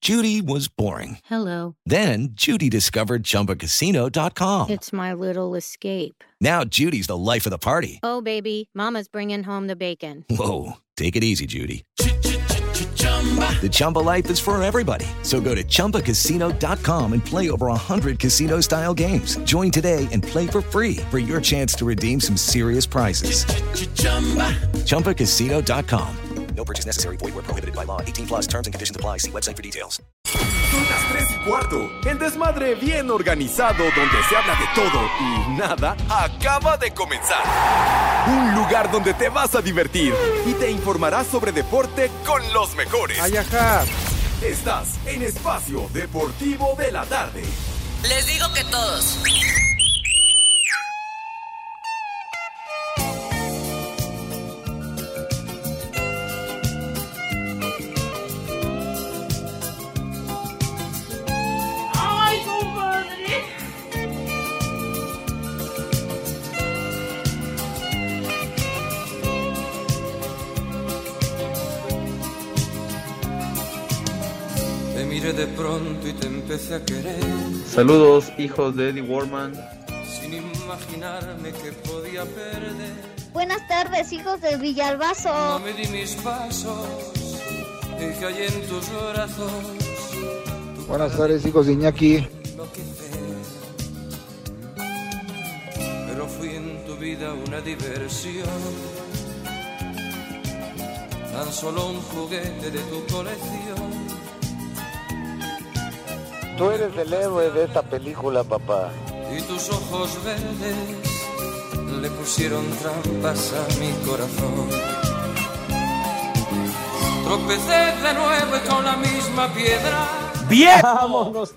Judy was boring. Hello. Then Judy discovered ChumbaCasino.com. It's my little escape. Now Judy's the life of the party. Oh, baby, mama's bringing home the bacon. Whoa, take it easy, Judy. The Chumba life is for everybody. So go to ChumbaCasino.com and play over 100 casino-style games. Join today and play for free for your chance to redeem some serious prizes. ChumbaCasino.com. No purchase necessary. Void where prohibited by law. 18 plus terms and conditions apply. See website for details. Son las 3:15. El desmadre bien organizado donde se habla de todo y nada acaba de comenzar. Un lugar donde te vas a divertir y te informarás sobre deporte con los mejores. Ay, ajá. Estás en Espacio Deportivo de la Tarde. Les digo que todos. De pronto y te empecé a querer. Saludos, hijos de Eddie Warman. Sin imaginarme que podía perder. Buenas tardes, hijos de Villalbazo. No me di mis pasos y caí en tus brazos. Buenas tardes, hijos de Iñaki. Pero fui en tu vida una diversión. Tan solo un juguete de tu colección. Tú eres el héroe de esta película, papá. Y tus ojos verdes le pusieron trampas a mi corazón. Tropecé de nuevo con la misma piedra. ¡Viejo! ¡Vámonos,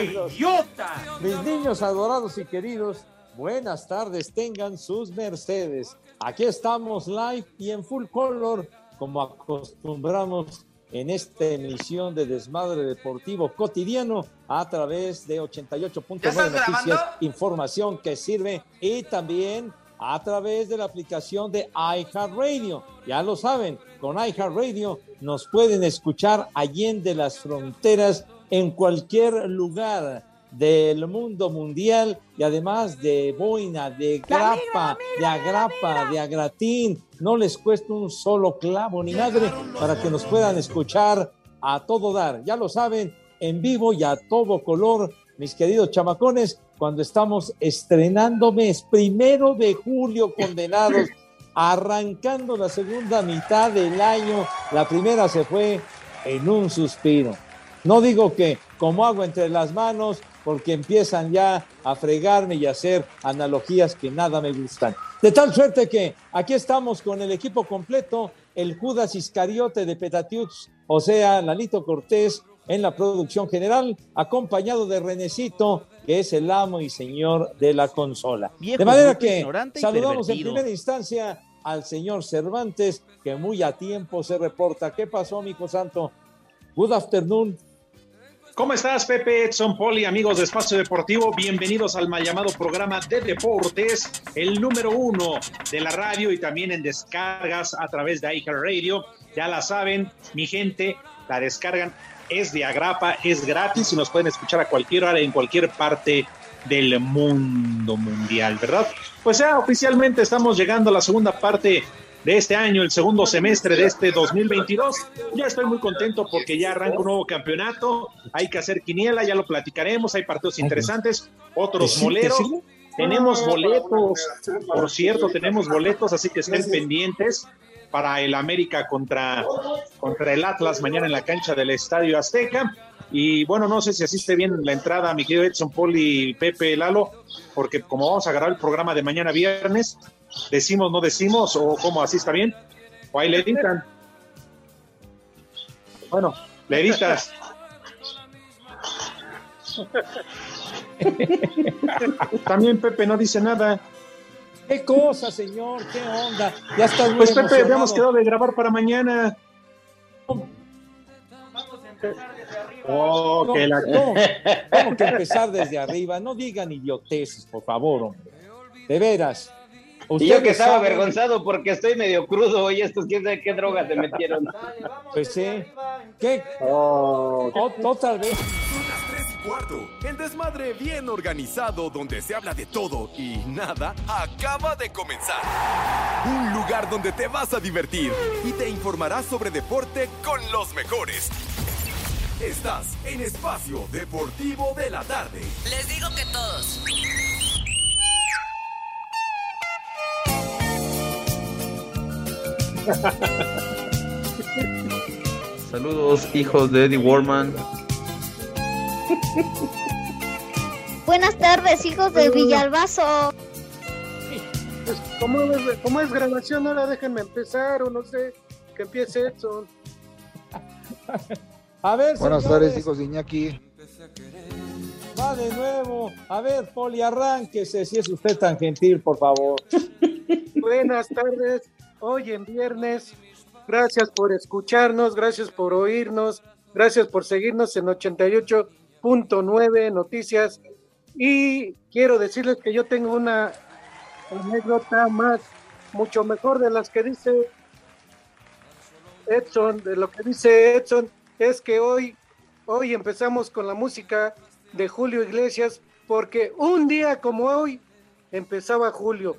reyota! Mis niños adorados y queridos, buenas tardes, tengan sus mercedes. Aquí estamos live y en full color, como acostumbramos en esta emisión de Desmadre Deportivo Cotidiano a través de 88.9 Noticias, grabando? Información que sirve, y también a través de la aplicación de iHeartRadio. Ya lo saben, con iHeartRadio nos pueden escuchar allende las fronteras en cualquier lugar del mundo mundial, y además de boina, de grapa, de agrapa, de agratín, no les cuesta un solo clavo ni madre para que nos puedan escuchar a todo dar. Ya lo saben, en vivo y a todo color, mis queridos chamacones, cuando estamos estrenando mes 1 de julio, condenados, arrancando la segunda mitad del año. La primera se fue en un suspiro. No digo que como agua entre las manos, porque empiezan ya a fregarme y a hacer analogías que nada me gustan. De tal suerte que aquí estamos con el equipo completo, el Judas Iscariote de Petatiux, o sea, Lalito Cortés en la producción general, acompañado de Renecito, que es el amo y señor de la consola. Viejo, de manera que saludamos en primera instancia al señor Cervantes, que muy a tiempo se reporta. ¿Qué pasó, mijo santo? Good afternoon. ¿Cómo estás, Pepe, Edson, Poli, amigos de Espacio Deportivo? Bienvenidos al mal llamado programa de deportes, el número 1 de la radio y también en descargas a través de iHeartRadio. Ya la saben, mi gente, la descargan, es de agrapa, es gratis y nos pueden escuchar a cualquier hora en cualquier parte del mundo mundial, ¿verdad? Pues ya oficialmente estamos llegando a la segunda parte de este año, el segundo semestre de este 2022. Ya estoy muy contento porque ya arranca un nuevo campeonato, hay que hacer quiniela, ya lo platicaremos, hay partidos interesantes, otros moleros, tenemos boletos, por cierto, tenemos boletos, así que estén pendientes para el América contra el Atlas mañana en la cancha del Estadio Azteca. Y bueno, no sé si asiste bien la entrada, mi querido Edson, Poli, Pepe, Lalo, porque como vamos a agarrar el programa de mañana viernes, decimos, no decimos, o cómo, así está bien, o ahí le editan. Bueno, le editas. También Pepe no dice nada. ¿Qué cosa, señor? ¿Qué onda? Ya estás muy pues Pepe, emocionado. habíamos quedado de grabar para mañana. Vamos a empezar desde arriba. ¿Cómo que empezar desde arriba? No digan idioteces, por favor, hombre. De veras. Y yo que estaba avergonzado porque estoy medio crudo y estos quién sabe qué drogas se metieron. Pues sí. ¿Qué? Tal vez. Son las 3:15. El desmadre bien organizado donde se habla de todo y nada acaba de comenzar. Un lugar donde te vas a divertir y te informarás sobre deporte con los mejores. Estás en Espacio Deportivo de la Tarde. Les digo que todos. Saludos, hijos de Eddie Warman. Buenas tardes, hijos de Villalbazo. Pues, ¿cómo es grabación? Ahora déjenme empezar, o no sé, que empiece Edson. A ver, Buenas señores, tardes, hijos de Iñaki. va de nuevo. A ver, Poli, arránquese, si es usted tan gentil, por favor. Buenas tardes, hoy en viernes. Gracias por escucharnos, gracias por oírnos, gracias por seguirnos en 88.9 Noticias. Y quiero decirles que yo tengo una anécdota mucho mejor de las que dice Edson, de lo que dice Edson, es que hoy empezamos con la música de Julio Iglesias, porque un día como hoy empezaba Julio.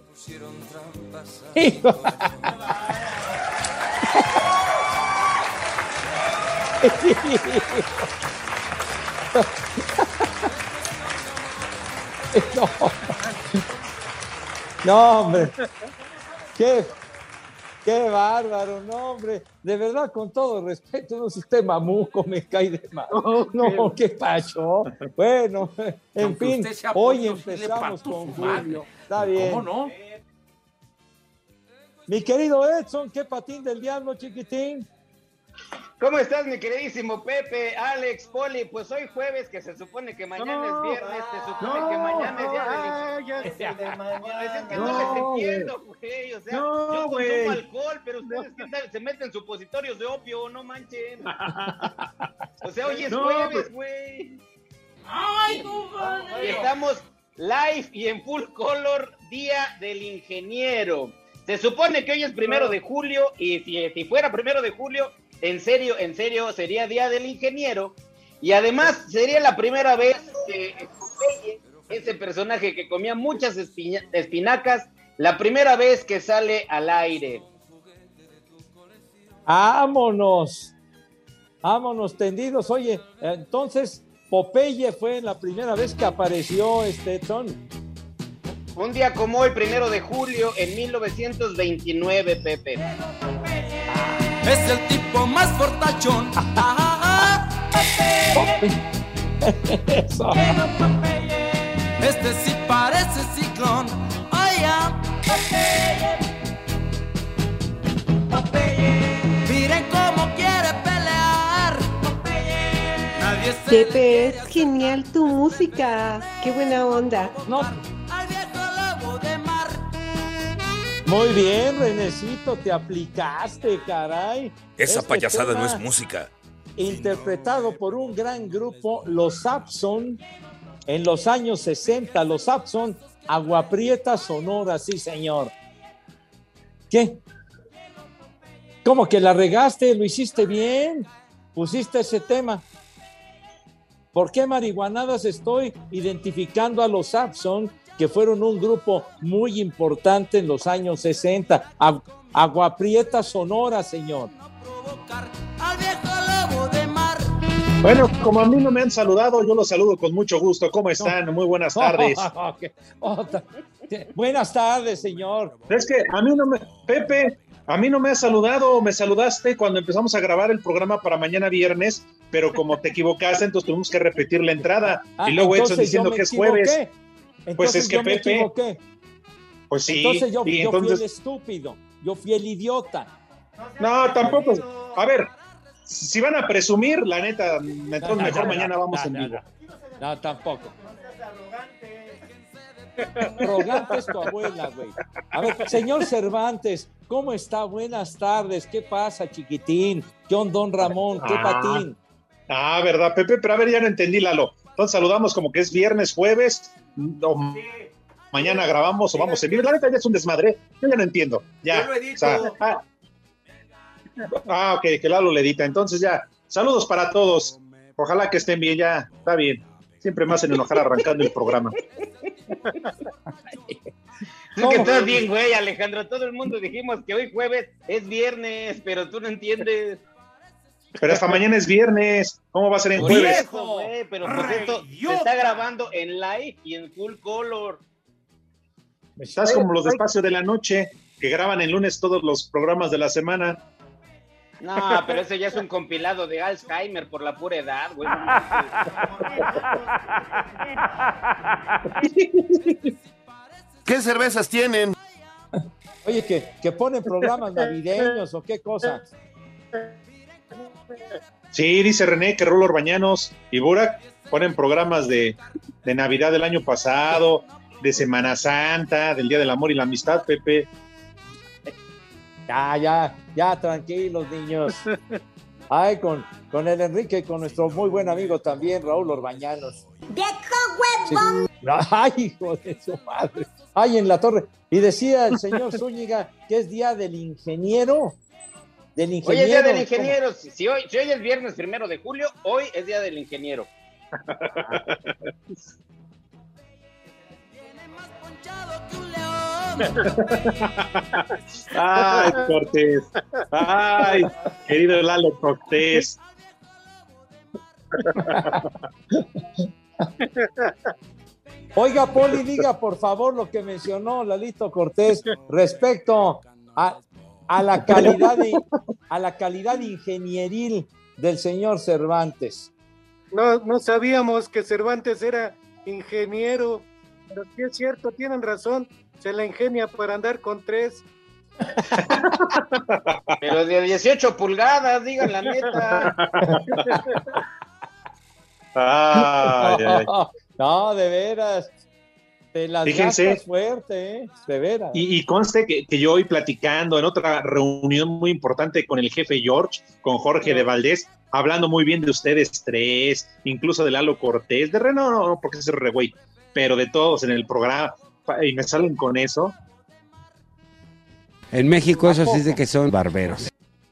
No, hombre. Qué bárbaro, no, hombre. De verdad, con todo respeto, no es usted mamuco, me cae de mal. No, qué pacho. Bueno, en fin, hoy empezamos con Julio. Está bien. ¿Cómo no? Mi querido Edson, ¿qué patín del diablo, chiquitín? ¿Cómo estás, mi queridísimo Pepe, Alex, Poli? Pues hoy jueves, que se supone que mañana es viernes, se supone que mañana es día de mañana. Es que no les entiendo, güey. O sea, yo consumo alcohol, pero ustedes se meten supositorios de opio, no manchen. O sea, hoy es jueves, güey. ¡Ay, no, madre! Y estamos live y en full color, Día del Ingeniero. Se supone que hoy es 1 de julio, y si fuera 1 de julio, en serio, sería Día del Ingeniero. Y además sería la primera vez que Popeye, ese personaje que comía muchas espinacas, la primera vez que sale al aire. ¡Vámonos! ¡Vámonos tendidos! Oye, entonces, Popeye fue la primera vez que apareció Edson. Un día como hoy, 1 de julio, en 1929, Pepe. Es el tipo más fortachón. Eso. Este sí parece ciclón. Miren cómo quiere pelear. Nadie se Pepe, es genial tu música. Qué buena onda. No. al viejo lobo de mar. Muy bien, Renecito, te aplicaste, caray. Esa payasada no es música. Interpretado por un gran grupo, los Saxon, en los años 60, los Saxon, Agua Prieta Sonora, sí señor. ¿Qué? ¿Cómo que la regaste? ¿Lo hiciste bien? ¿Pusiste ese tema? ¿Por qué marihuanadas estoy identificando a los Saxon, que fueron un grupo muy importante en los años 60? Agua Prieta Sonora, señor. Al viejo lobo de mar. Bueno, como a mí no me han saludado, yo los saludo con mucho gusto. ¿Cómo están? Muy buenas tardes. Buenas tardes, señor. Es que a mí no me... Pepe, a mí no me has saludado. Me saludaste cuando empezamos a grabar el programa para mañana viernes, pero como te equivocaste, entonces tuvimos que repetir la entrada. Y luego Edson diciendo que es jueves. Entonces pues es que yo me Pepe... equivoqué. Pues sí. Entonces yo fui entonces... el estúpido. Yo fui el idiota. No, tampoco. A ver, si van a presumir, la neta, entonces mejor mañana vamos en vivo. No, tampoco. Arrogante es tu abuela, güey. A ver, señor Cervantes, ¿cómo está? Buenas tardes. ¿Qué pasa, chiquitín? ¿Qué onda, don Ramón? ¿Qué patín? ¿Verdad, Pepe? Pero a ver, ya no entendí, Lalo. Entonces saludamos como que es viernes, jueves. No. mañana grabamos o vamos en vivo. La neta ya es un desmadre. Yo ya no entiendo. Ya. Yo lo edito. Ok, que Lalo le edita. Entonces ya, saludos para todos. Ojalá que estén bien, ya, está bien. Siempre me hacen enojar arrancando el programa. Es que estás bien, güey, Alejandro. Todo el mundo dijimos que hoy jueves es viernes, pero tú no entiendes. Pero hasta mañana es viernes. ¿Cómo va a ser en jueves? Eso, güey, pero pues esto se está grabando en live y en full color. Estás como los de Espacio de la Noche, que graban el lunes todos los programas de la semana. No, pero ese ya es un compilado de Alzheimer por la pura edad, güey. ¿Qué cervezas tienen? Oye, que ponen programas navideños o qué cosa. Sí, dice René que Rulo Orbañanos y Burak ponen programas de Navidad del año pasado, de Semana Santa, del Día del Amor y la Amistad, Pepe. Ya, tranquilos, niños. Ay, con el Enrique, con nuestro muy buen amigo también, Raúl Orbañanos. Sí. Ay, hijo de su madre. Ay, en la torre. Y decía el señor Zúñiga que es día del ingeniero. Hoy es día del ingeniero. Si hoy es viernes 1 de julio, hoy es día del ingeniero. Ay, Cortés. Ay, querido Lalo Cortés. Oiga, Poli, diga por favor lo que mencionó Lalito Cortés respecto a la calidad ingenieril del señor Cervantes. No sabíamos que Cervantes era ingeniero, pero sí es cierto, tienen razón, se la ingenia para andar con 3. Pero de 18 pulgadas, digan la neta. Ay. No, de veras. Te las gastas fuerte, de veras. Y conste que yo hoy platicando en otra reunión muy importante con el jefe George, con Jorge de Valdés, hablando muy bien de ustedes tres, incluso de Lalo Cortés, de Reno, no, porque ese es re güey, pero de todos en el programa, y me salen con eso. En México esos dicen que son barberos.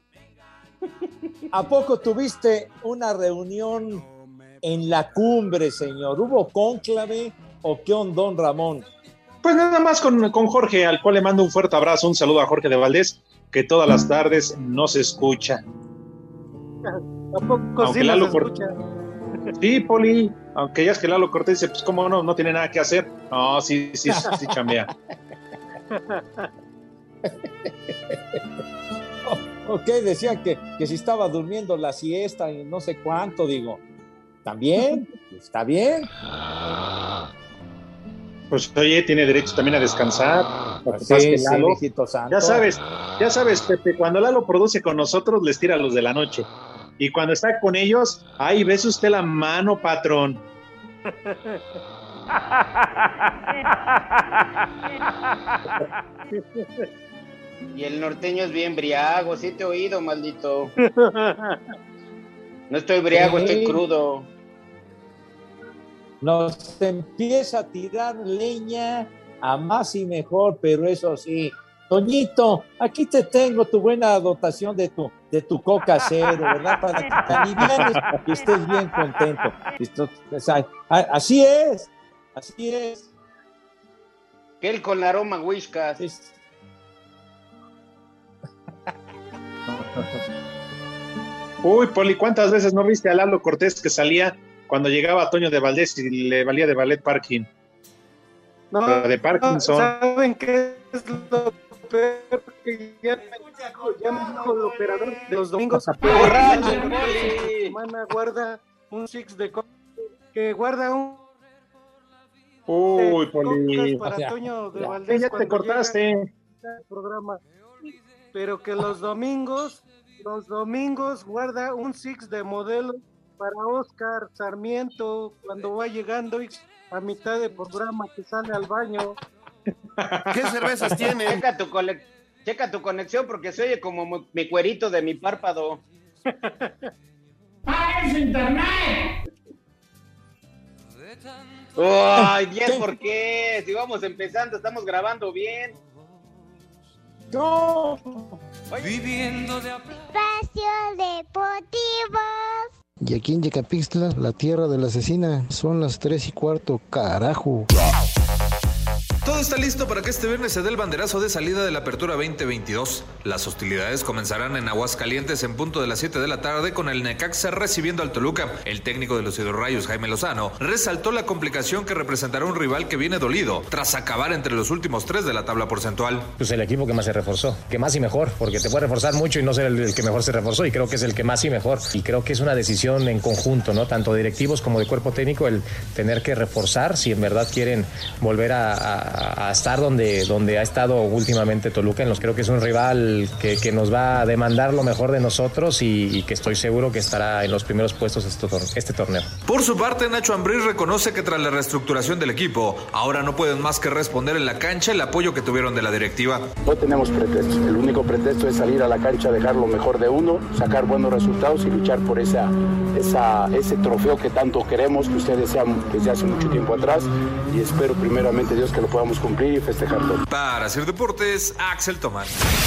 ¿A poco tuviste una reunión en la cumbre, señor? ¿Hubo cónclave o qué onda, don Ramón? Pues nada más con Jorge, al cual le mando un fuerte abrazo, un saludo a Jorge de Valdés, que todas las tardes nos escucha. ¿A poco aunque sí Lalo nos escucha? Sí, Poli, aunque ya es que Lalo Cortés dice, pues cómo no tiene nada que hacer. No, sí chambea. Ok, decían que si estaba durmiendo la siesta y no sé cuánto, digo. ¿También? ¿Está bien? Pues oye, tiene derecho también a descansar. Sí, Lalo, hijito santo. Ya sabes, Pepe, cuando Lalo produce con nosotros, les tira a los de la noche. Y cuando está con ellos, ¡ay, ves usted la mano, patrón! Y el norteño es bien briago, sí te he oído, maldito. No estoy briago, estoy crudo. Nos empieza a tirar leña a más y mejor, pero eso sí, Toñito, aquí te tengo tu buena dotación de tu coca cero, ¿verdad? Para que te alivianes y estés bien contento. Así es. Que él con aroma whiskas. Uy, Poli, ¿cuántas veces no viste a Lalo Cortés que salía cuando llegaba Toño de Valdés y le valía de ballet parking? No, de Parkinson. ¿Saben qué es lo peor? Que ya me dijo el operador de los domingos. Semana guarda un six de coca, que guarda un. Uy, Poli. Para Toño de Valdés. Ya te cortaste. El programa. Pero que los domingos guarda un six de modelo para Oscar Sarmiento cuando va llegando y a mitad de programa que sale al baño. ¿Qué cervezas tiene? Checa tu conexión porque se oye como mi cuerito de mi párpado. ¡Para su internet! Ay, bien, ¿por qué? Si vamos empezando, estamos grabando bien. No. Viviendo de Espacio Deportivo. Y aquí en Yecapixtla, la tierra de la asesina, son las 3:15, carajo. Todo está listo para que este viernes se dé el banderazo de salida de la Apertura 2022. Las hostilidades comenzarán en Aguascalientes en punto de las 7 de la tarde con el Necaxa recibiendo al Toluca. El técnico de los Hidrorrayos, Jaime Lozano, resaltó la complicación que representará un rival que viene dolido tras acabar entre los últimos 3 de la tabla porcentual. Pues el equipo que más se reforzó, que más y mejor, porque te puede reforzar mucho y no ser el que mejor se reforzó, y creo que es el que más y mejor. Y creo que es una decisión en conjunto, ¿no? Tanto de directivos como de cuerpo técnico, el tener que reforzar si en verdad quieren volver a estar donde ha estado últimamente Toluca. Creo que es un rival que nos va a demandar lo mejor de nosotros y que estoy seguro que estará en los primeros puestos este torneo. Por su parte, Nacho Ambriz reconoce que tras la reestructuración del equipo, ahora no pueden más que responder en la cancha el apoyo que tuvieron de la directiva. No tenemos pretextos, el único pretexto es salir a la cancha, dejar lo mejor de uno, sacar buenos resultados y luchar por ese trofeo que tanto queremos, que ustedes desean desde hace mucho tiempo atrás, y espero primeramente Dios que lo podamos cumplir y festejarlo. Para Hacer Deportes, Axel Tomás.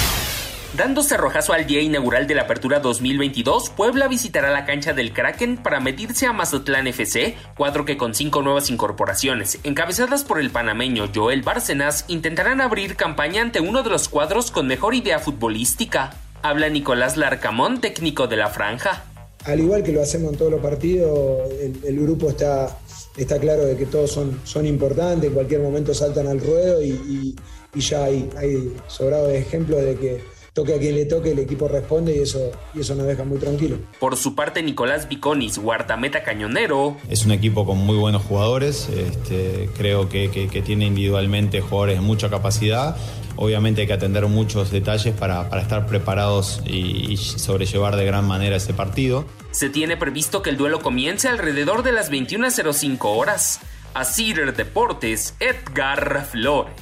Dando cerrojazo al día inaugural de la Apertura 2022, Puebla visitará la cancha del Kraken para medirse a Mazatlán FC, cuadro que con 5 nuevas incorporaciones, encabezadas por el panameño Joel Bárcenas, intentarán abrir campaña ante uno de los cuadros con mejor idea futbolística. Habla Nicolás Larcamón, técnico de la franja. Al igual que lo hacemos en todos los partidos, el grupo está claro de que todos son importantes, en cualquier momento saltan al ruedo y ya hay sobrado de ejemplos de que toque a quien le toque, el equipo responde y eso nos deja muy tranquilos. Por su parte, Nicolás Viconis, guardameta cañonero. Es un equipo con muy buenos jugadores, creo que tiene individualmente jugadores de mucha capacidad. Obviamente hay que atender muchos detalles para estar preparados y sobrellevar de gran manera ese partido. Se tiene previsto que el duelo comience alrededor de las 21:05 horas. Asir Deportes, Edgar Flores.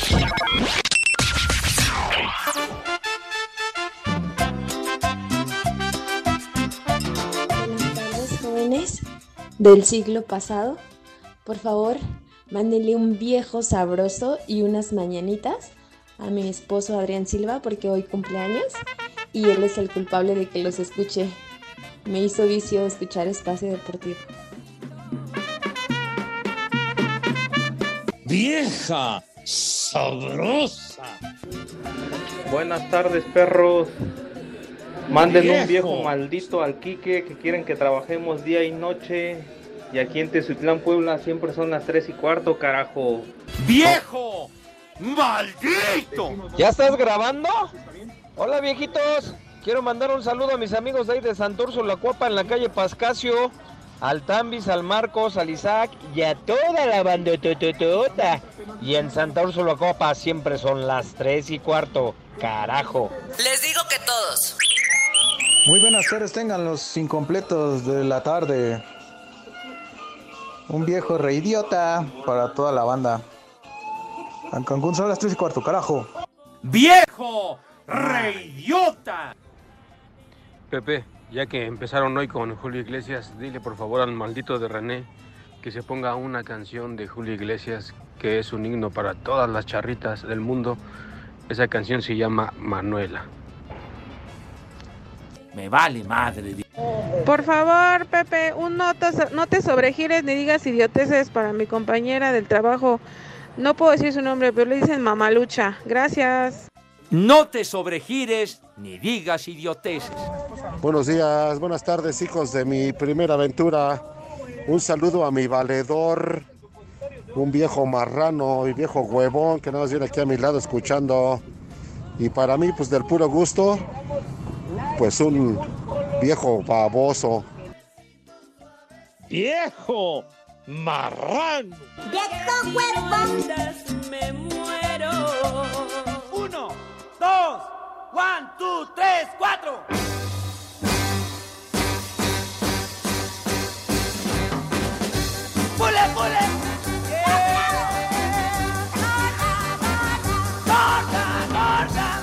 Del siglo pasado, por favor, mándenle un viejo sabroso y unas mañanitas a mi esposo Adrián Silva porque hoy cumpleaños y él es el culpable de que los escuche. Me hizo vicio escuchar Espacio Deportivo. ¡Vieja sabrosa! Buenas tardes, perros. Mándenle un viejo maldito al Quique que quieren que trabajemos día y noche. Y aquí en Tezuitlán, Puebla, siempre son las 3:15, carajo. ¡Viejo maldito! ¿Ya estás grabando? Hola, viejitos. Quiero mandar un saludo a mis amigos de ahí de Santa Úrsula Cuapa en la calle Pascasio. Al Tambis, al Marcos, al Isaac y a toda la bandototota. Y en Santa Úrsula Cuapa siempre son las 3:15, carajo. Les digo que todos. Muy buenas tardes, tengan los incompletos de la tarde. Un viejo reidiota para toda la banda. En Cancún son las 3:15, carajo. ¡Viejo reidiota! Pepe, ya que empezaron hoy con Julio Iglesias, dile por favor al maldito de René que se ponga una canción de Julio Iglesias que es un himno para todas las charritas del mundo. Esa canción se llama Manuela. Me vale madre. Por favor, Pepe, no te sobregires ni digas idioteces para mi compañera del trabajo. No puedo decir su nombre, pero le dicen Mamalucha. Gracias. No te sobregires ni digas idioteces. Buenos días, buenas tardes, hijos de mi primera aventura. Un saludo a mi valedor, un viejo marrano y viejo huevón que nada más viene aquí a mi lado escuchando. Y para mí, pues del puro gusto, pues un viejo baboso. ¡Viejo marrano! ¡Viejo huevón! Me muero. 1, 2, 1, 2, 3, 4. ¡Pule, pule! ¡Gorda!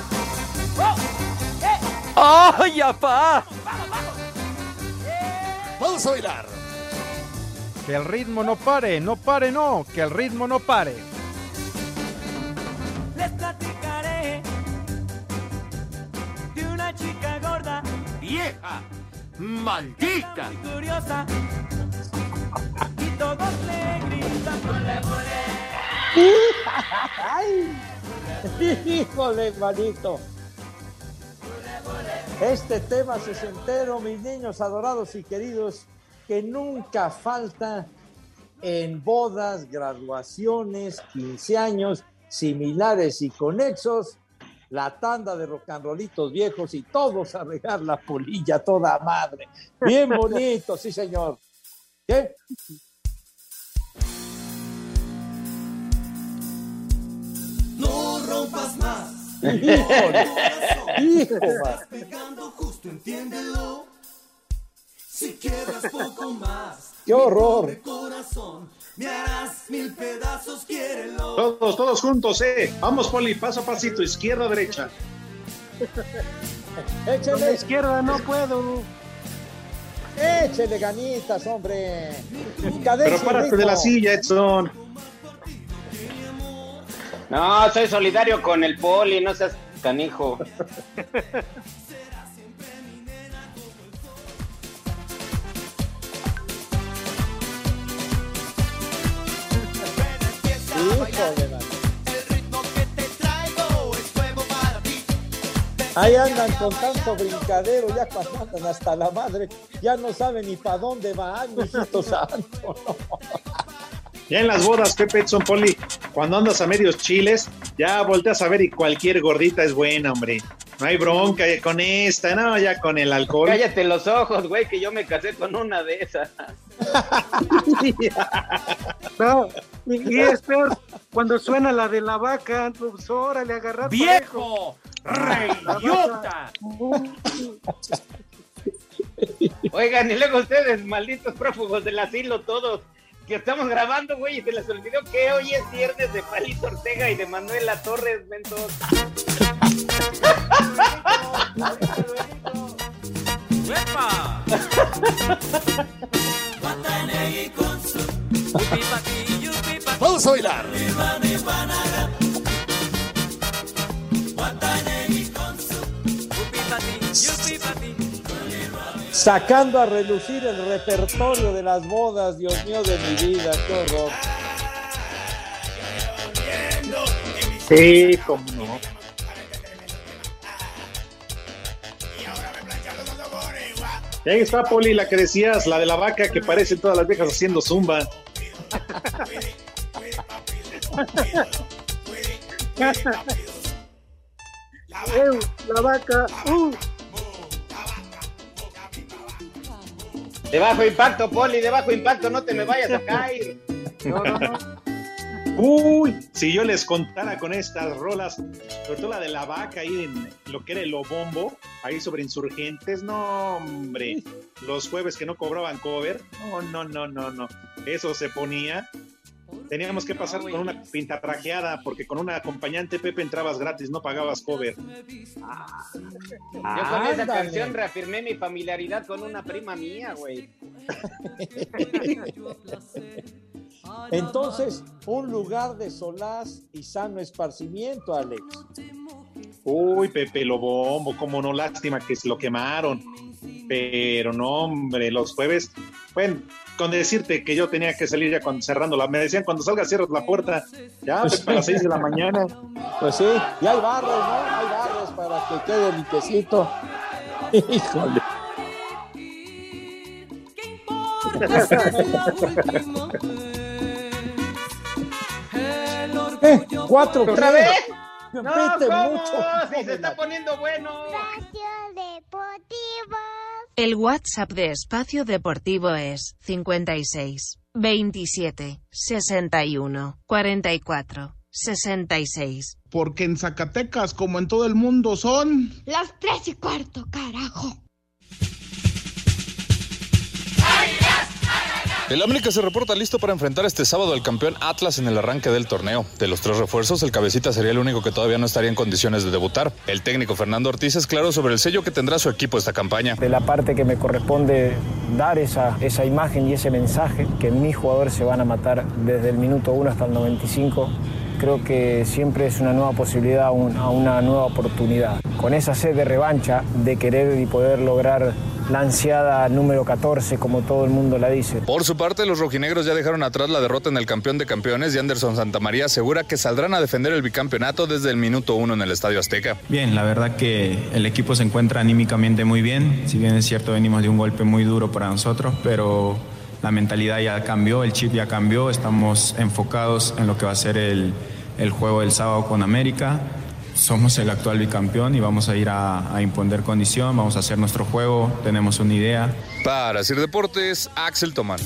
¡Ay, apá! Vamos a bailar. Que el ritmo no pare, no pare, no, que el ritmo no pare. Les platicaré de una chica gorda, vieja, maldita, muy curiosa, y todos le gritan ¡Mole, mole! ¡Ay! ¡Híjole, hermanito! Este tema sesentero, mis niños adorados y queridos, que nunca falta en bodas, graduaciones, 15 años, similares y conexos, la tanda de rock and rollitos viejos y todos a regar la polilla toda madre. Bien bonito, sí señor. ¿Qué? No rompas más. Híjole. Hijo, Estás pegando justo, entiéndelo. Si quiebras poco más. ¡Qué horror! Mi pobre corazón, me harás 1000 pedazos, quiérelo. Todos juntos, Vamos, Poli, paso a pasito, izquierda, derecha. Échale. Con la izquierda no puedo. Échele ganitas, hombre. Pero párate de la silla, Edson. No, soy solidario con el Poli, no seas canijo. Ahí andan con tanto brincadero, ya cuando andan hasta la madre, ya no saben ni para dónde van, mijito santo. No. Ya en las bodas, Pepe, Edson, Poli, cuando andas a medios chiles, ya volteas a ver y cualquier gordita es buena, hombre. No hay bronca con esta, no, ya con el alcohol. Cállate los ojos, güey, que yo me casé con una de esas. No, y es peor cuando suena la de la vaca, pues órale, agarrar. ¡Viejo! ¡Reyota! Oigan, y luego ustedes, malditos prófugos del asilo, todos, que estamos grabando, güey, y se les olvidó que hoy es viernes de Palito Ortega y de Manuela Torres, mentos. ¡Epa! Vamos a bailar. Sacando a relucir el repertorio de las bodas, Dios mío de mi vida, qué horror. Sí, cómo no. Y ahí está, Poli, la que decías, la de la vaca, que parecen todas las viejas haciendo zumba. La vaca. De bajo impacto, Poli, de bajo impacto, no te me vayas a caer. No. Uy, si yo les contara con estas rolas, sobre todo la de la vaca ahí en lo que era el Obombo, ahí sobre Insurgentes, no, hombre, los jueves que no cobraban cover, no, eso se ponía. Teníamos que pasar con una pintarrajeada, porque con una acompañante, Pepe, entrabas gratis, no pagabas cover. Yo con esa canción reafirmé mi familiaridad con una prima mía, güey. Entonces, un lugar de solaz y sano esparcimiento, Alex. Uy, Pepe, lo bombo, cómo no, lástima que se lo quemaron. Pero no, hombre, los jueves, bueno, con decirte que yo tenía que salir ya cerrándola, me decían cuando salga cierras la puerta, ya pues para las 6 de la mañana. Pues sí, y hay barres, ¿no? Hay barres para que quede limpiecito. Híjole. 4 ¿Otra vez? No, ¿cómo? Mucho. Si se está poniendo bueno. El WhatsApp de Espacio Deportivo es 56 27 61 44 66. Porque en Zacatecas, como en todo el mundo, son las 3:15, carajo. El América se reporta listo para enfrentar este sábado al campeón Atlas en el arranque del torneo. De los 3 refuerzos, el cabecita sería el único que todavía no estaría en condiciones de debutar. El técnico Fernando Ortiz es claro sobre el sello que tendrá su equipo esta campaña. De la parte que me corresponde dar esa imagen y ese mensaje, que mis jugadores se van a matar desde el minuto 1 hasta el 95, creo que siempre es una nueva posibilidad, una nueva oportunidad. Con esa sed de revancha, de querer y poder lograr la ansiada número 14, como todo el mundo la dice. Por su parte, los rojinegros ya dejaron atrás la derrota en el campeón de campeones y Anderson Santamaría asegura que saldrán a defender el bicampeonato desde el minuto 1 en el Estadio Azteca. Bien, la verdad que el equipo se encuentra anímicamente muy bien. Si bien es cierto, venimos de un golpe muy duro para nosotros, pero la mentalidad ya cambió, el chip ya cambió. Estamos enfocados en lo que va a ser el juego del sábado con América. Somos el actual bicampeón y vamos a ir a imponer condición, vamos a hacer nuestro juego, tenemos una idea. Para Sir Deportes, Axel Tomán.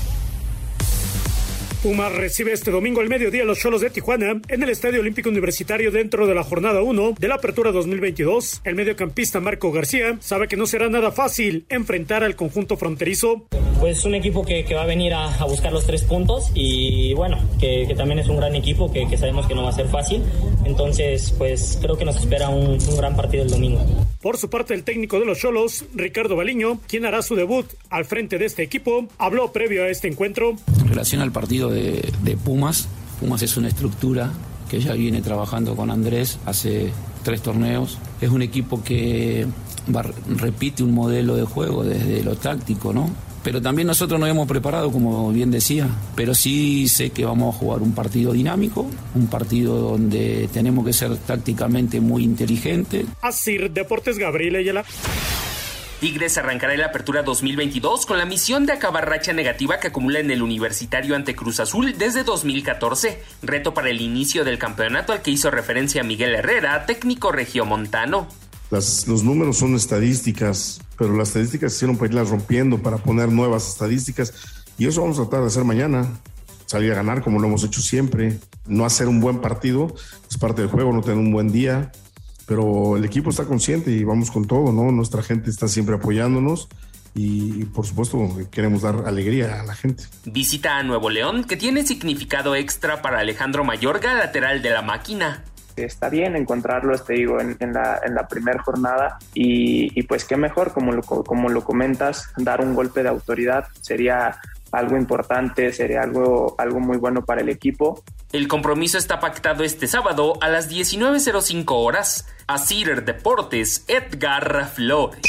Pumas recibe este domingo al mediodía a los Xolos de Tijuana en el Estadio Olímpico Universitario dentro de la jornada 1 de la Apertura 2022. El mediocampista Marco García sabe que no será nada fácil enfrentar al conjunto fronterizo. Pues un equipo que va a venir a buscar los 3 puntos y bueno, que también es un gran equipo que sabemos que no va a ser fácil. Entonces, pues creo que nos espera un gran partido el domingo. Por su parte, el técnico de los Xolos, Ricardo Baliño, quien hará su debut al frente de este equipo, habló previo a este encuentro. En relación al partido de Pumas es una estructura que ya viene trabajando con Andrés hace 3 torneos. Es un equipo que repite un modelo de juego desde lo táctico, ¿no? Pero también nosotros nos hemos preparado, como bien decía, pero sí sé que vamos a jugar un partido dinámico, un partido donde tenemos que ser tácticamente muy inteligentes. Así, Deportes Gabriel Ayala. Tigres arrancará la Apertura 2022 con la misión de acabar racha negativa que acumula en el Universitario ante Cruz Azul desde 2014, reto para el inicio del campeonato al que hizo referencia Miguel Herrera, técnico regiomontano. Los números son estadísticas, pero las estadísticas se hicieron para irlas rompiendo, para poner nuevas estadísticas, y eso vamos a tratar de hacer mañana, salir a ganar como lo hemos hecho siempre, no hacer un buen partido, es parte del juego, no tener un buen día, pero el equipo está consciente y vamos con todo, ¿no? Nuestra gente está siempre apoyándonos y por supuesto queremos dar alegría a la gente. Visita a Nuevo León, que tiene significado extra para Alejandro Mayorga, lateral de la máquina. Está bien encontrarlo, te digo, en la primera jornada y pues qué mejor, como lo comentas, dar un golpe de autoridad sería algo importante, sería algo muy bueno para el equipo. El compromiso está pactado este sábado a las 19:05 horas. Asir Deportes, Edgar Flores.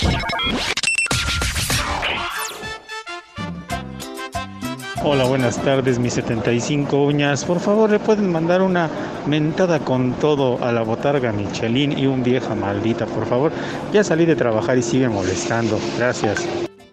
Hola, buenas tardes, mis 75 uñas. Por favor, le pueden mandar una mentada con todo a la botarga Michelin y un vieja maldita, por favor. Ya salí de trabajar y sigue molestando. Gracias.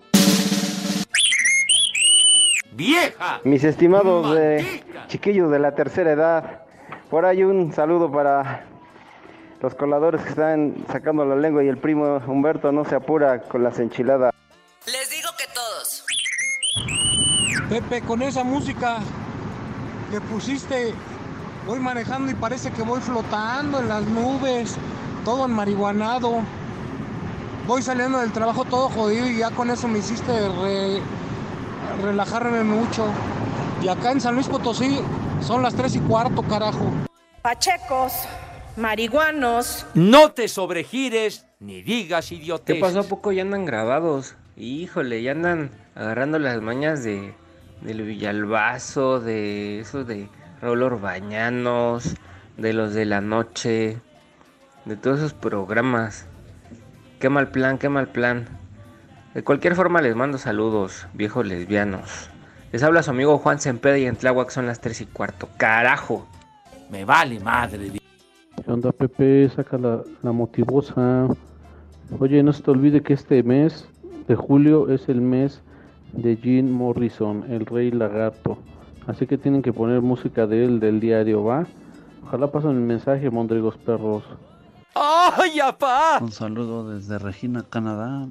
¡Vieja! Mis estimados chiquillos de la tercera edad, por ahí un saludo para los coladores que están sacando la lengua y el primo Humberto no se apura con las enchiladas. Les digo que todos. Pepe, con esa música que pusiste, voy manejando y parece que voy flotando en las nubes, todo enmarihuanado. Voy saliendo del trabajo todo jodido y ya con eso me hiciste relajarme mucho. Y acá en San Luis Potosí son las 3:15, carajo. Pachecos, marihuanos. No te sobregires ni digas idioteces. ¿Qué pasó? ¿A poco ya andan grabados? Híjole, ya andan agarrando las mañas del Villalbazo, de eso de Raúl Orbañanos, de los de la noche, de todos esos programas. Qué mal plan, qué mal plan. De cualquier forma les mando saludos, viejos lesbianos. Les habla su amigo Juan Sempeda y en Tláhuac son las 3:15. ¡Carajo! Me vale madre. ¿Qué onda, Pepe? Saca la motivosa. Oye, no se te olvide que este mes de julio es el mes de Jim Morrison, el rey lagarto. Así que tienen que poner música de él del diario, ¿va? Ojalá pasen el mensaje, mondregos perros. ¡Ay, apá! Un saludo desde Regina, Canadá.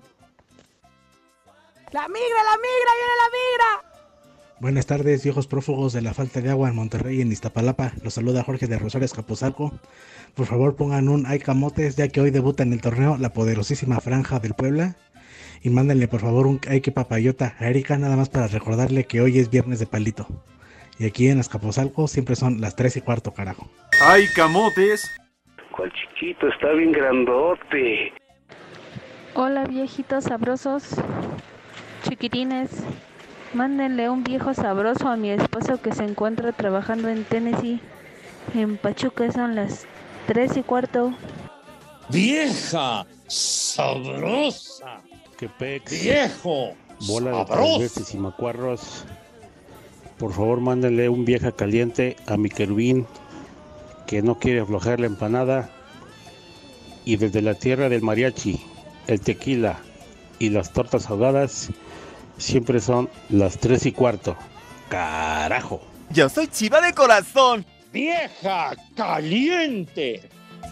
¡La migra, viene la migra! Buenas tardes, viejos prófugos de la falta de agua en Monterrey y en Iztapalapa. Los saluda Jorge de Rosales Capozalco. Por favor, pongan un Ay Camotes, ya que hoy debuta en el torneo la poderosísima Franja del Puebla. Y mándenle por favor un ay que papayota a Erika, nada más para recordarle que hoy es viernes de palito. Y aquí en Azcapotzalco siempre son las 3:15, carajo. ¡Ay, camotes! ¿Cuál chiquito? Está bien grandote. Hola viejitos sabrosos, chiquitines. Mándenle un viejo sabroso a mi esposo que se encuentra trabajando en Tennessee. En Pachuca son las 3:15. ¡Vieja sabrosa! ¡Qué pex! ¡Viejo bola de sabroso! veces y macuarros! Por favor, mándenle un vieja caliente a mi querubín que no quiere aflojar la empanada. Y desde la tierra del mariachi, el tequila y las tortas ahogadas siempre son las 3:15. ¡Carajo! Yo soy chiva de corazón. ¡Vieja caliente!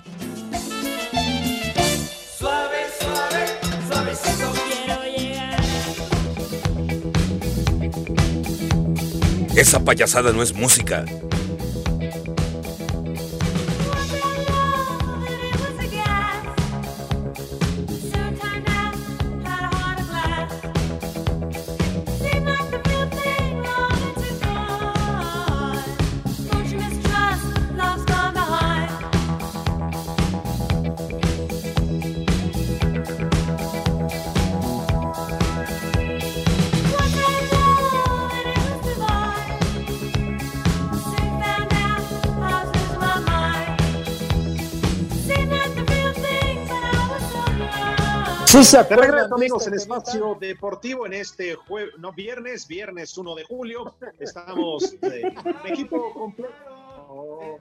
Suave, suave, suavecito quiero llegar. Esa payasada no es música. De regreso, amigos, en Espacio Deportivo en este viernes 1 de julio. Estamos equipo completo.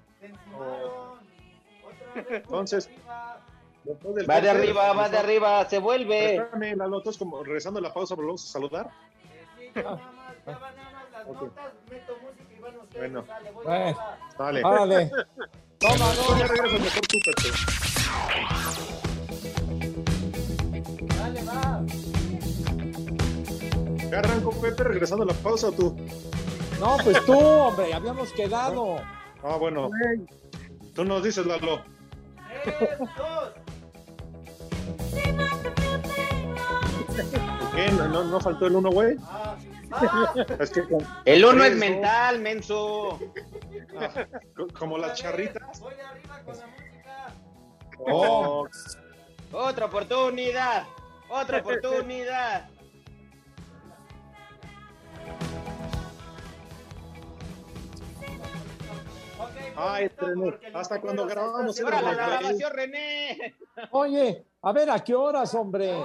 Entonces, va de arriba, se vuelve. Espérame, Lalo, entonces, como regresando a la pausa, volvemos a saludar. Okay. Bueno, dale. Toma, no. Ya regreso, mejor tú, Pepe. Dale, va. ¿Ya arrancó Pepe regresando a la pausa o tú? No, pues tú, hombre, habíamos quedado. Ah, bueno. Tú nos dices, Lalo. ¿Qué? ¿No faltó el 1, güey? Es que el 1 es mental, menso. Como las charritas. Oh. Otra oportunidad. Ay, René, hasta cuando grabamos. ¡Ahora la grabación, René! Oye, a ver, ¿a qué horas, hombre?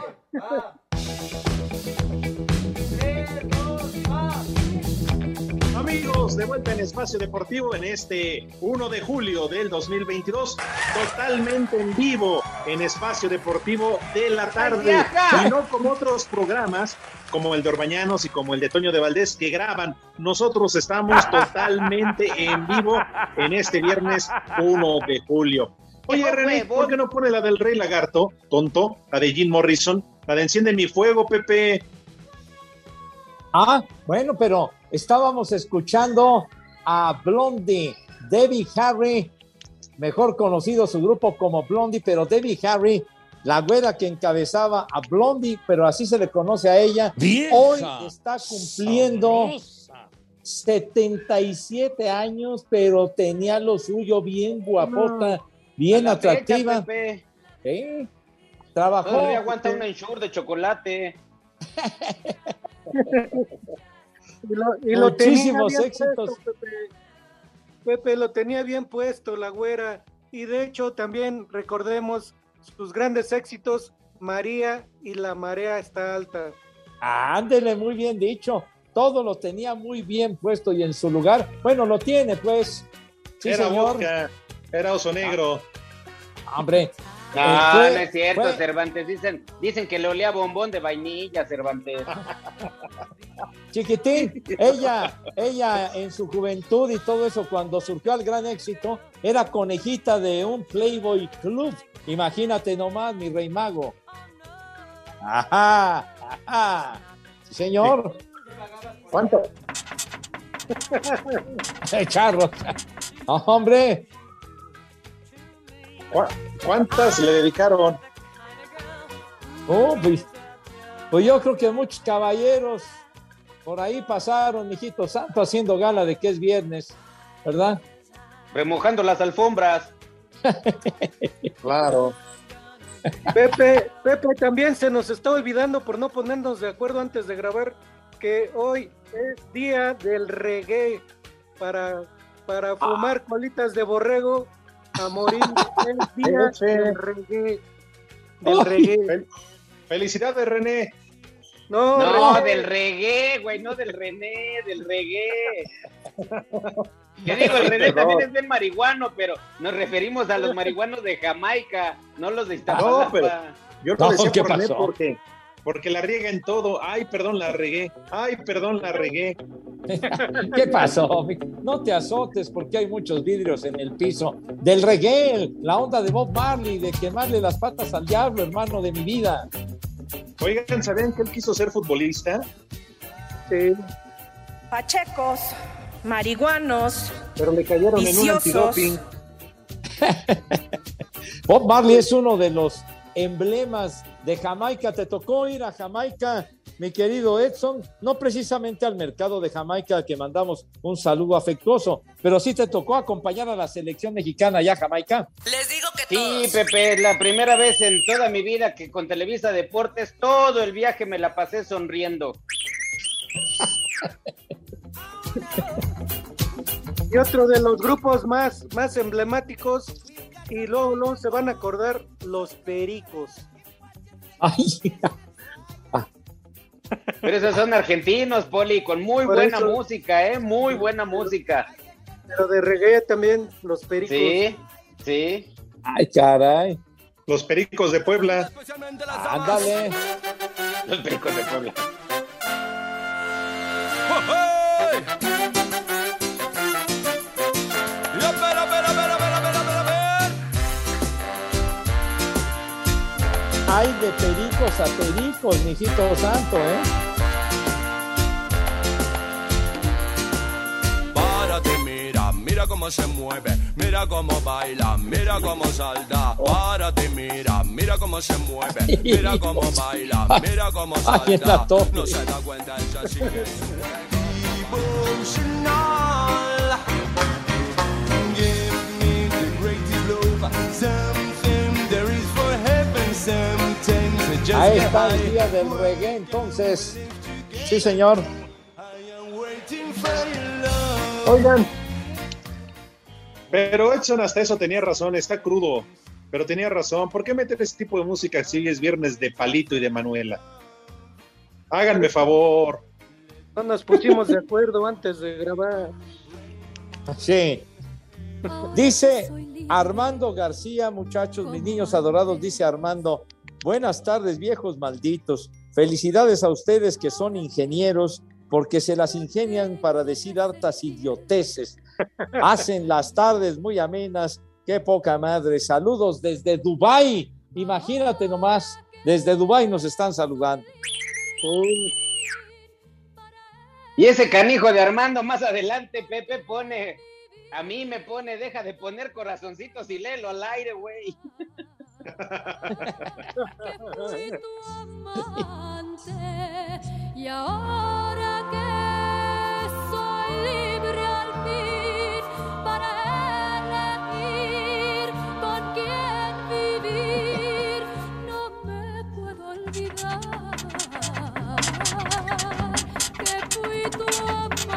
Amigos, de vuelta en Espacio Deportivo en este 1 de julio del 2022, totalmente en vivo en Espacio Deportivo de la tarde, y no como otros programas como el de Orbañanos y como el de Toño de Valdés que graban. Nosotros estamos totalmente en vivo en este viernes 1 de julio. Oye, René, ¿por qué no pone la del Rey Lagarto, tonto? La de Jim Morrison, la de Enciende mi fuego, Pepe. Ah, bueno, pero estábamos escuchando a Blondie, Debbie Harry, mejor conocido su grupo como Blondie, pero Debbie Harry, la güera que encabezaba a Blondie, pero así se le conoce a ella. ¡Vieja! Hoy está cumpliendo 77 años, pero tenía lo suyo, bien guapota, bien atractiva. ¿Sí? Trabajó. Todavía aguanta un ensure de chocolate. y lo muchísimos éxitos. Puesto, Pepe lo tenía bien puesto, la güera, y de hecho también recordemos sus grandes éxitos, María y La Marea Está Alta. Ándele, muy bien dicho, todo lo tenía muy bien puesto y en su lugar. Bueno, lo tiene, pues. Sí, era señor. Vodka, era Oso Negro. Hombre. No es cierto, Cervantes. Dicen que le olía bombón de vainilla, Cervantes. Chiquitín, ella en su juventud y todo eso, cuando surgió al gran éxito, era conejita de un Playboy Club. Imagínate nomás, mi rey mago. Ajá. Sí, señor. ¿Cuánto? Charro. Hombre. ¿Cuántas le dedicaron? Oh, pues Pues yo creo que muchos caballeros por ahí pasaron, mijito santo, haciendo gala de que es viernes, ¿verdad? Remojando las alfombras. Claro. Pepe, también se nos está olvidando por no ponernos de acuerdo antes de grabar que hoy es día del reggae para fumar colitas de borrego a morir. Es día del reggae. Del reggae. Felicidades, René. No, del reggae, güey, no del René, del reggae. ¿Qué digo? El René también es del marihuano, pero nos referimos a los marihuanos de Jamaica, no los de Iztapalapa. No, pero yo lo decía ¿qué por René pasó? porque la riega en todo. Ay, perdón, la regué. Ay, perdón, la regué. ¿Qué pasó? No te azotes porque hay muchos vidrios en el piso. Del reggae, la onda de Bob Marley, de quemarle las patas al diablo, hermano de mi vida. Oigan, ¿sabían que él quiso ser futbolista? Sí. Pachecos, marihuanos, Pero le cayeron en un viciosos. antidoping. Bob Marley es uno de los emblemas de Jamaica. ¿Te tocó ir a Jamaica, mi querido Edson? No precisamente al mercado de Jamaica, que mandamos un saludo afectuoso, pero sí te tocó acompañar a la selección mexicana allá a Jamaica. Les digo que Sí, Pepe, la primera vez en toda mi vida que con Televisa Deportes, todo el viaje me la pasé sonriendo. Y otro de los grupos más emblemáticos, y luego se van a acordar, los Pericos. Ay, Pero esos son argentinos, Poli, con muy Por buena eso- música, muy buena música. Pero de reggae también, los Pericos. Sí, sí. ay, caray. Los Pericos de Puebla. Ándale. Los Pericos de Puebla. Hay de pericos a pericos, mijito santo, ¿eh? Párate, mira, mira cómo se mueve, mira cómo baila, mira cómo salta. Párate, mira, mira cómo se mueve, mira cómo baila, mira cómo Ay, en la salta. torre. No se da cuenta, ella sigue. Devotional. Give me the greatest love, something there is for heaven, sometimes I just Ahí get está el high. día del reggae, entonces. Sí, señor. Oigan, Pero Edson hasta eso tenía razón, está crudo. Pero tenía razón. ¿Por qué meter ese tipo de música si hoy es viernes de Palito y de Manuela? Háganme favor. no nos pusimos de acuerdo antes de grabar. Sí. Dice Armando García, muchachos, mis niños adorados, dice Armando, buenas tardes, viejos malditos. Felicidades a ustedes que son ingenieros, porque se las ingenian para decir hartas idioteces. Hacen las tardes muy amenas. Qué poca madre. Saludos desde Dubái. Imagínate nomás, desde Dubái nos están saludando. Y ese canijo de Armando más adelante, Pepe, pone, a mí me pone, deja de poner corazoncitos y léelo al aire, güey. Y ahora que soy libre al fin para elegir con quién vivir, no me puedo olvidar que fui tu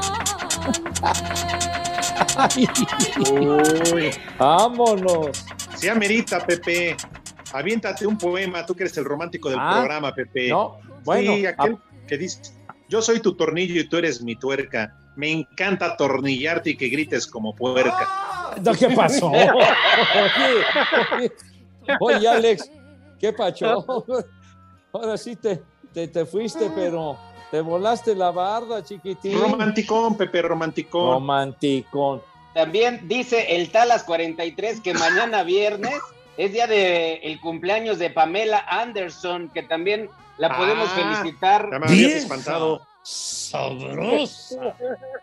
amante. Uy, vámonos. Sí amerita, Pepe. Aviéntate un poema, tú que eres el romántico del programa, Pepe. No, bueno. Sí, aquel que dice, yo soy tu tornillo y tú eres mi tuerca. Me encanta atornillarte y que grites como puerca. No, ¿qué pasó? Oye, Alex, ¿qué pacho? Ahora sí te fuiste, pero te volaste la barda, chiquitín. Romanticón, Pepe, romanticón. Romanticón. También dice el Talas 43 que mañana viernes es día de el cumpleaños de Pamela Anderson, que también la podemos felicitar. Ya me habías espantado. Sabrosa.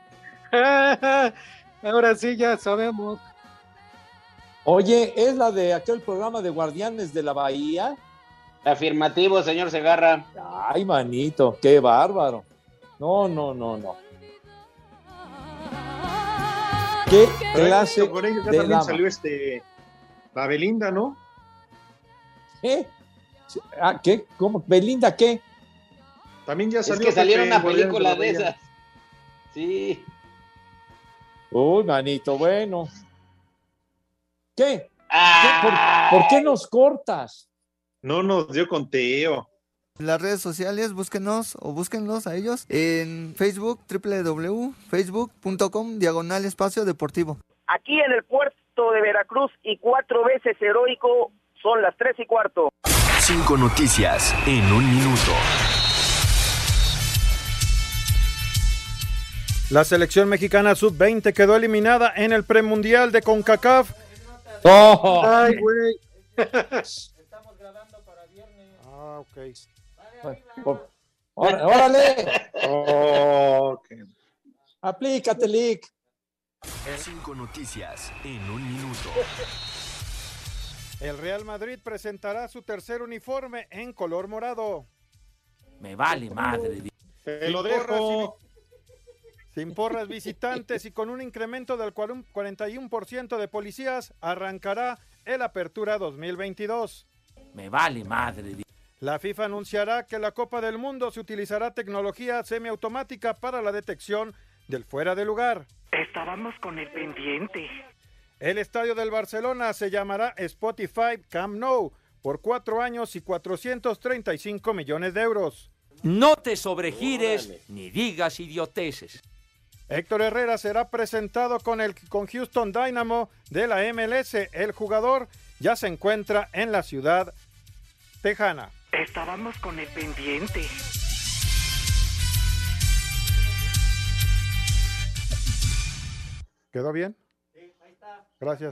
Ahora sí ya sabemos. Oye, ¿es la de aquel programa de Guardianes de la Bahía? Afirmativo, señor Segarra. Ay, manito, qué bárbaro. No. ¿Qué clase con ellos ya de también dama? salió la Belinda, ¿no? ¿Qué? ¿Cómo? ¿Belinda qué? También ya Es salió. que salió Pepe, una Guardianes película la de Bahía. esas. Sí. Uy, manito, bueno. ¿Qué? ¿Por qué nos cortas? No nos dio conteo. Las redes sociales, búsquenos o búsquenlos a ellos en Facebook, www.facebook.com/espacio deportivo. Aquí en el puerto de Veracruz y 4 veces heroico, son las 3:15. 5 noticias en un minuto. La selección mexicana sub-20 quedó eliminada en el premundial de CONCACAF. ¡Oh! ¡Ay, güey! Ah, ok. ¡Órale! Okay. Aplícate, Lick. 5 noticias en un minuto. El Real Madrid presentará su tercer uniforme en color morado. Me vale madre. Te lo dejo. Sin porras visitantes y con un incremento del 41% de policías, arrancará el Apertura 2022. Me vale madre. La FIFA anunciará que la Copa del Mundo se utilizará tecnología semiautomática para la detección del fuera de lugar. Estábamos con el pendiente. El estadio del Barcelona se llamará Spotify Camp Nou por 4 años y 435 millones de euros. No te sobregires ni digas idioteces. Héctor Herrera será presentado con Houston Dynamo de la MLS. El jugador ya se encuentra en la ciudad tejana. Estábamos con el pendiente. ¿Quedó bien? Sí, ahí está. Gracias.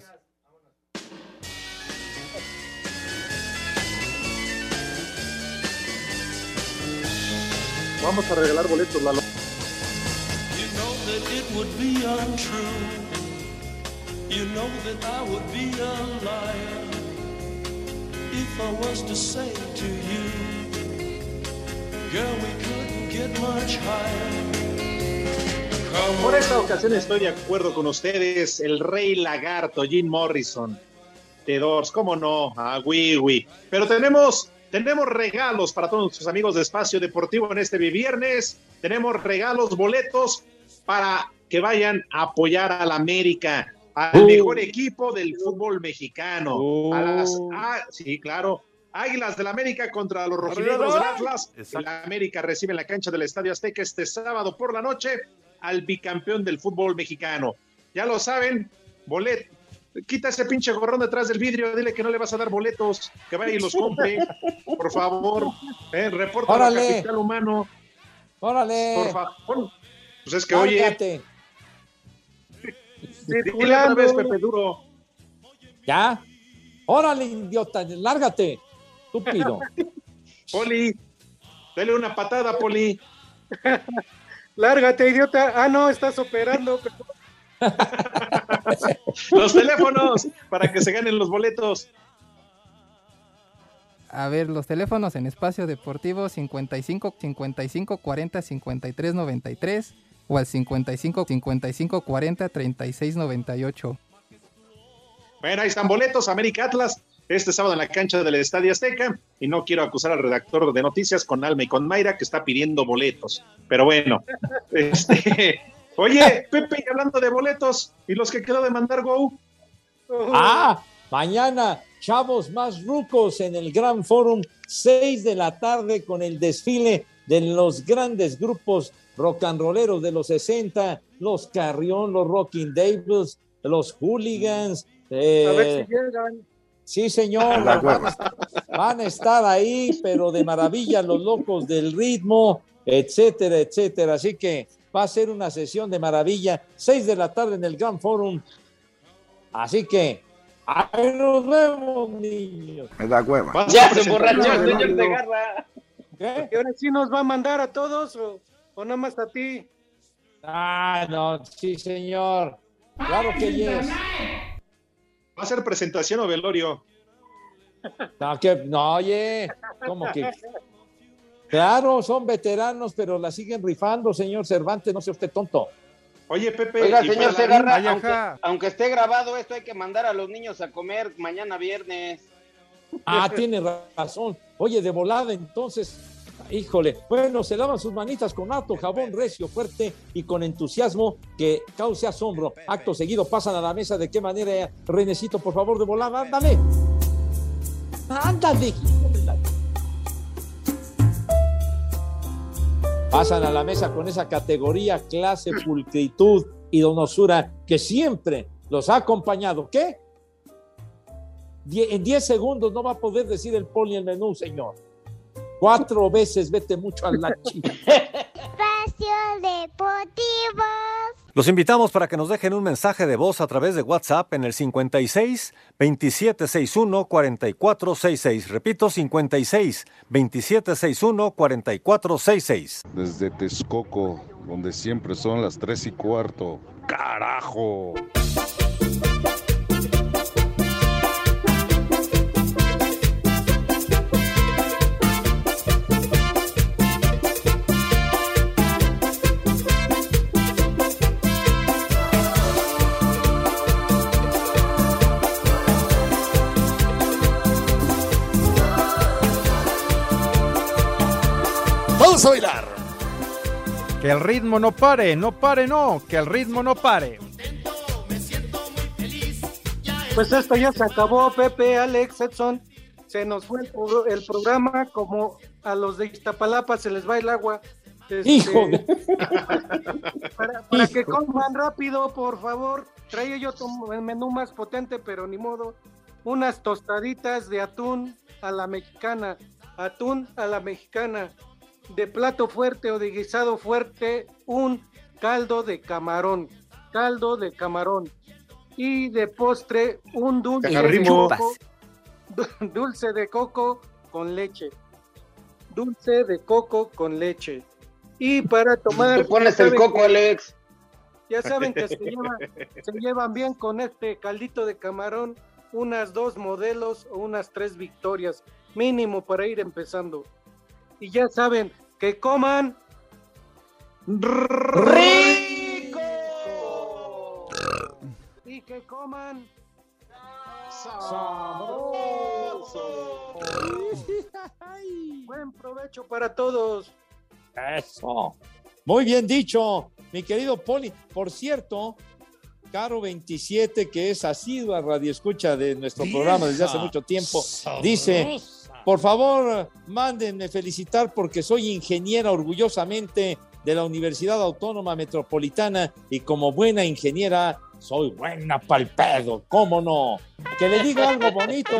Vamos a regalar boletos, Lalo. You know that it would be untrue. You know that I would be a liar if I was to say to you, girl, we couldn't get much higher. Por esta ocasión estoy de acuerdo con ustedes, el Rey Lagarto, Jim Morrison, The Doors, cómo no, a Wiwi. Pero tenemos regalos para todos nuestros amigos de Espacio Deportivo en este viernes. Tenemos regalos, boletos para que vayan a apoyar al América, al mejor equipo del fútbol mexicano. Sí, claro. Águilas del América contra los rojinegros del Atlas. El América recibe en la cancha del Estadio Azteca este sábado por la noche al bicampeón del fútbol mexicano. Ya lo saben, quita ese pinche gorrón detrás del vidrio, dile que no le vas a dar boletos, que vaya y los compre, por favor. Reporta a la Capital Humano. ¡Órale! Por favor. Pues es que, Lárgate. Dile otra vez, Pepe Duro. ¿Ya? ¡Órale, idiota! ¡Lárgate! Estúpido. Poli, dale una patada, Poli. Lárgate, idiota. Ah, no, estás operando. Los teléfonos para que se ganen los boletos. A ver, los teléfonos en Espacio Deportivo 55 55 40 53 93 o al 55 55 40 36 98. Bueno, ahí están boletos, América Atlas, este sábado en la cancha del Estadio Azteca, y no quiero acusar al redactor de noticias con Alma y con Mayra que está pidiendo boletos, pero bueno, oye, Pepe, y hablando de boletos, ¿y los que quedó de mandar Go? Mañana, Chavos Más Rucos en el Gran Forum, 6 de la tarde con el desfile de los grandes grupos rock and rolleros de los 60, los Carrión, los Rocking Devils, los Hooligans. A ver si llegan. Sí, señor, van a estar ahí, pero de maravilla los locos del ritmo, etcétera, etcétera. Así que va a ser una sesión de maravilla, 6 de la tarde en el Gran Forum. Así que ahí nos vemos, niños. Me da hueva. Ya se emborrachó el señor Segarra. ¿Y ahora sí nos va a mandar a todos o nada más a ti? No, sí, señor. Claro que yes. ¿Va a ser presentación o velorio? No, oye, ¿cómo que? Claro, son veteranos, pero la siguen rifando, señor Cervantes, no sea usted tonto. Oye, Pepe. Oiga, señor Segarra, Ay, ajá. aunque esté grabado esto, hay que mandar a los niños a comer mañana viernes. Tiene razón. Oye, de volada, entonces, híjole. Bueno, se lavan sus manitas con harto jabón recio, fuerte y con entusiasmo que cause asombro. Acto seguido pasan a la mesa. ¿De qué manera, Renecito, por favor, de volada? Ándale. Ándale. Pasan a la mesa con esa categoría, clase, pulcritud y donosura que siempre los ha acompañado. ¿Qué? En 10 segundos no va a poder decir el Poli el menú, señor. 4 veces vete mucho al lachi. Espacio Deportivo. Los invitamos para que nos dejen un mensaje de voz a través de WhatsApp en el 56 2761 4466. Repito, 56 2761 4466. Desde Texcoco, donde siempre son las 3:15. ¡Carajo! ¡Vamos a bailar! Que el ritmo no pare, no pare, no, que el ritmo no pare. Pues esto ya se acabó, Pepe, Alex, Edson. Se nos fue el programa, como a los de Iztapalapa se les va el agua. ¡Hijo de... Para que coman rápido, por favor. Traía yo el menú más potente, pero ni modo. Unas tostaditas de atún a la mexicana. Atún a la mexicana. De plato fuerte o de guisado fuerte, un caldo de camarón. Caldo de camarón. Y de postre, un dulce de coco. Dulce de coco con leche. Dulce de coco con leche. Y para tomar... Te pones el coco, Alex. Ya saben que se llevan bien con este caldito de camarón, unas 2 modelos o unas 3 victorias, mínimo para ir empezando. Y ya saben, que coman rico y que coman sabroso. Buen provecho para todos. Eso. Muy bien dicho, mi querido Poli. Por cierto, Caro 27, que es asidua radioescucha de nuestro programa desde hace mucho tiempo, dice: por favor, mándenme felicitar porque soy ingeniera orgullosamente de la Universidad Autónoma Metropolitana y como buena ingeniera soy buena pa'l pedo, ¿cómo no? Que le diga algo bonito.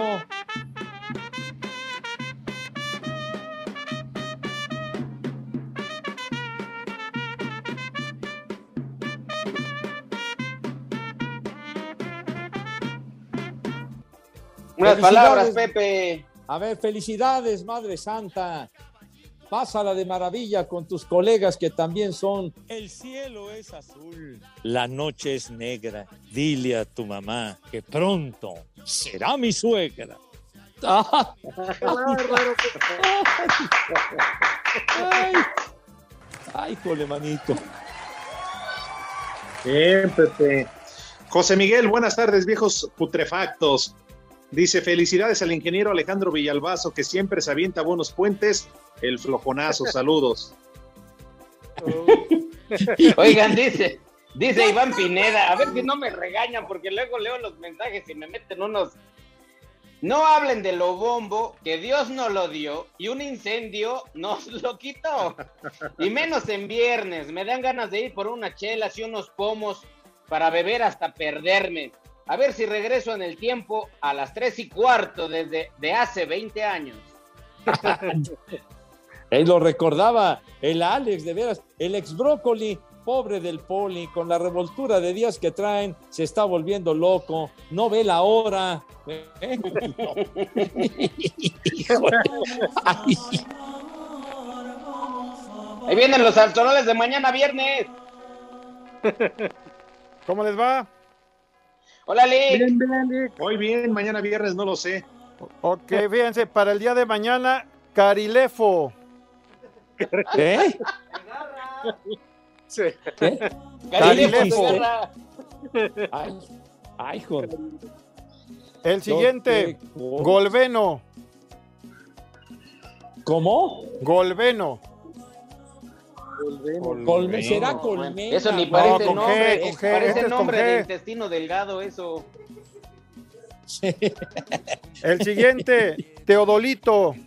Unas palabras, Pepe. A ver, felicidades, Madre Santa. Pásala de maravilla con tus colegas que también son. El cielo es azul, la noche es negra. Dile a tu mamá que pronto será mi suegra. Ay, jole, manito. Bien, Pepe. José Miguel, buenas tardes, viejos putrefactos. Dice: felicidades al ingeniero Alejandro Villalbazo, que siempre se avienta buenos puentes. El flojonazo, saludos. Oigan, dice Iván Pineda, a ver si no me regañan, porque luego leo los mensajes y me meten unos... No hablen de lo bombo, que Dios nos lo dio y un incendio nos lo quitó. Y menos en viernes, me dan ganas de ir por unas chelas y unos pomos para beber hasta perderme. A ver si regreso en el tiempo a las 3:15 de hace 20 años. Él lo recordaba, el Alex, de veras, el ex brócoli, pobre del Poli, con la revoltura de días que traen, se está volviendo loco, no ve la hora. Ahí vienen los altonoles de mañana viernes. ¿Cómo les va? Hola, Lick. Hoy bien, mañana viernes no lo sé. Ok, fíjense, para el día de mañana, Carilefo. ¿Qué? ¿Qué? Carilefo. Ay, joder. El siguiente, Golbeno. ¿Cómo? Golbeno. ¿Será colmena? Eso ni parece con nombre, G, con G, parece este es con nombre G. de intestino delgado eso. El siguiente, Teodolito.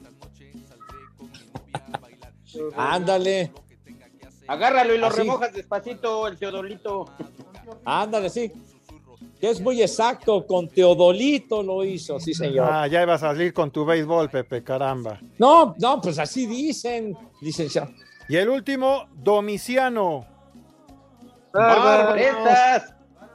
Ándale. Agárralo y lo Así. remojas despacito, el Teodolito. Ándale, sí. Que es muy exacto, con Teodolito lo hizo, sí, señor. Ah, ya ibas a salir con tu béisbol, Pepe, caramba. No, pues así dicen, licenciado. Y el último, Domiciano. ¡Estas!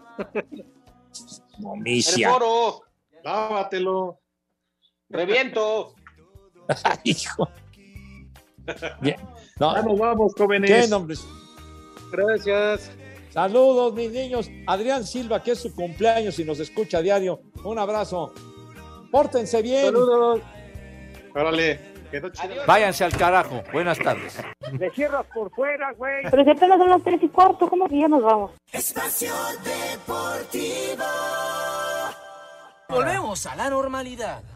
Domicia. El foro. Lávatelo. Reviento. Hijo. Bien. No. Vamos, jóvenes. ¿Qué nombres? Gracias. Saludos, mis niños. Adrián Silva, que es su cumpleaños y nos escucha a diario. Un abrazo. Pórtense bien. Saludos. Órale, quedó chido. Váyanse al carajo. Buenas tardes. Le cierras por fuera, güey. Pero si apenas son las 3:15, ¿cómo que ya nos vamos? Espacio Deportivo. Volvemos a la normalidad.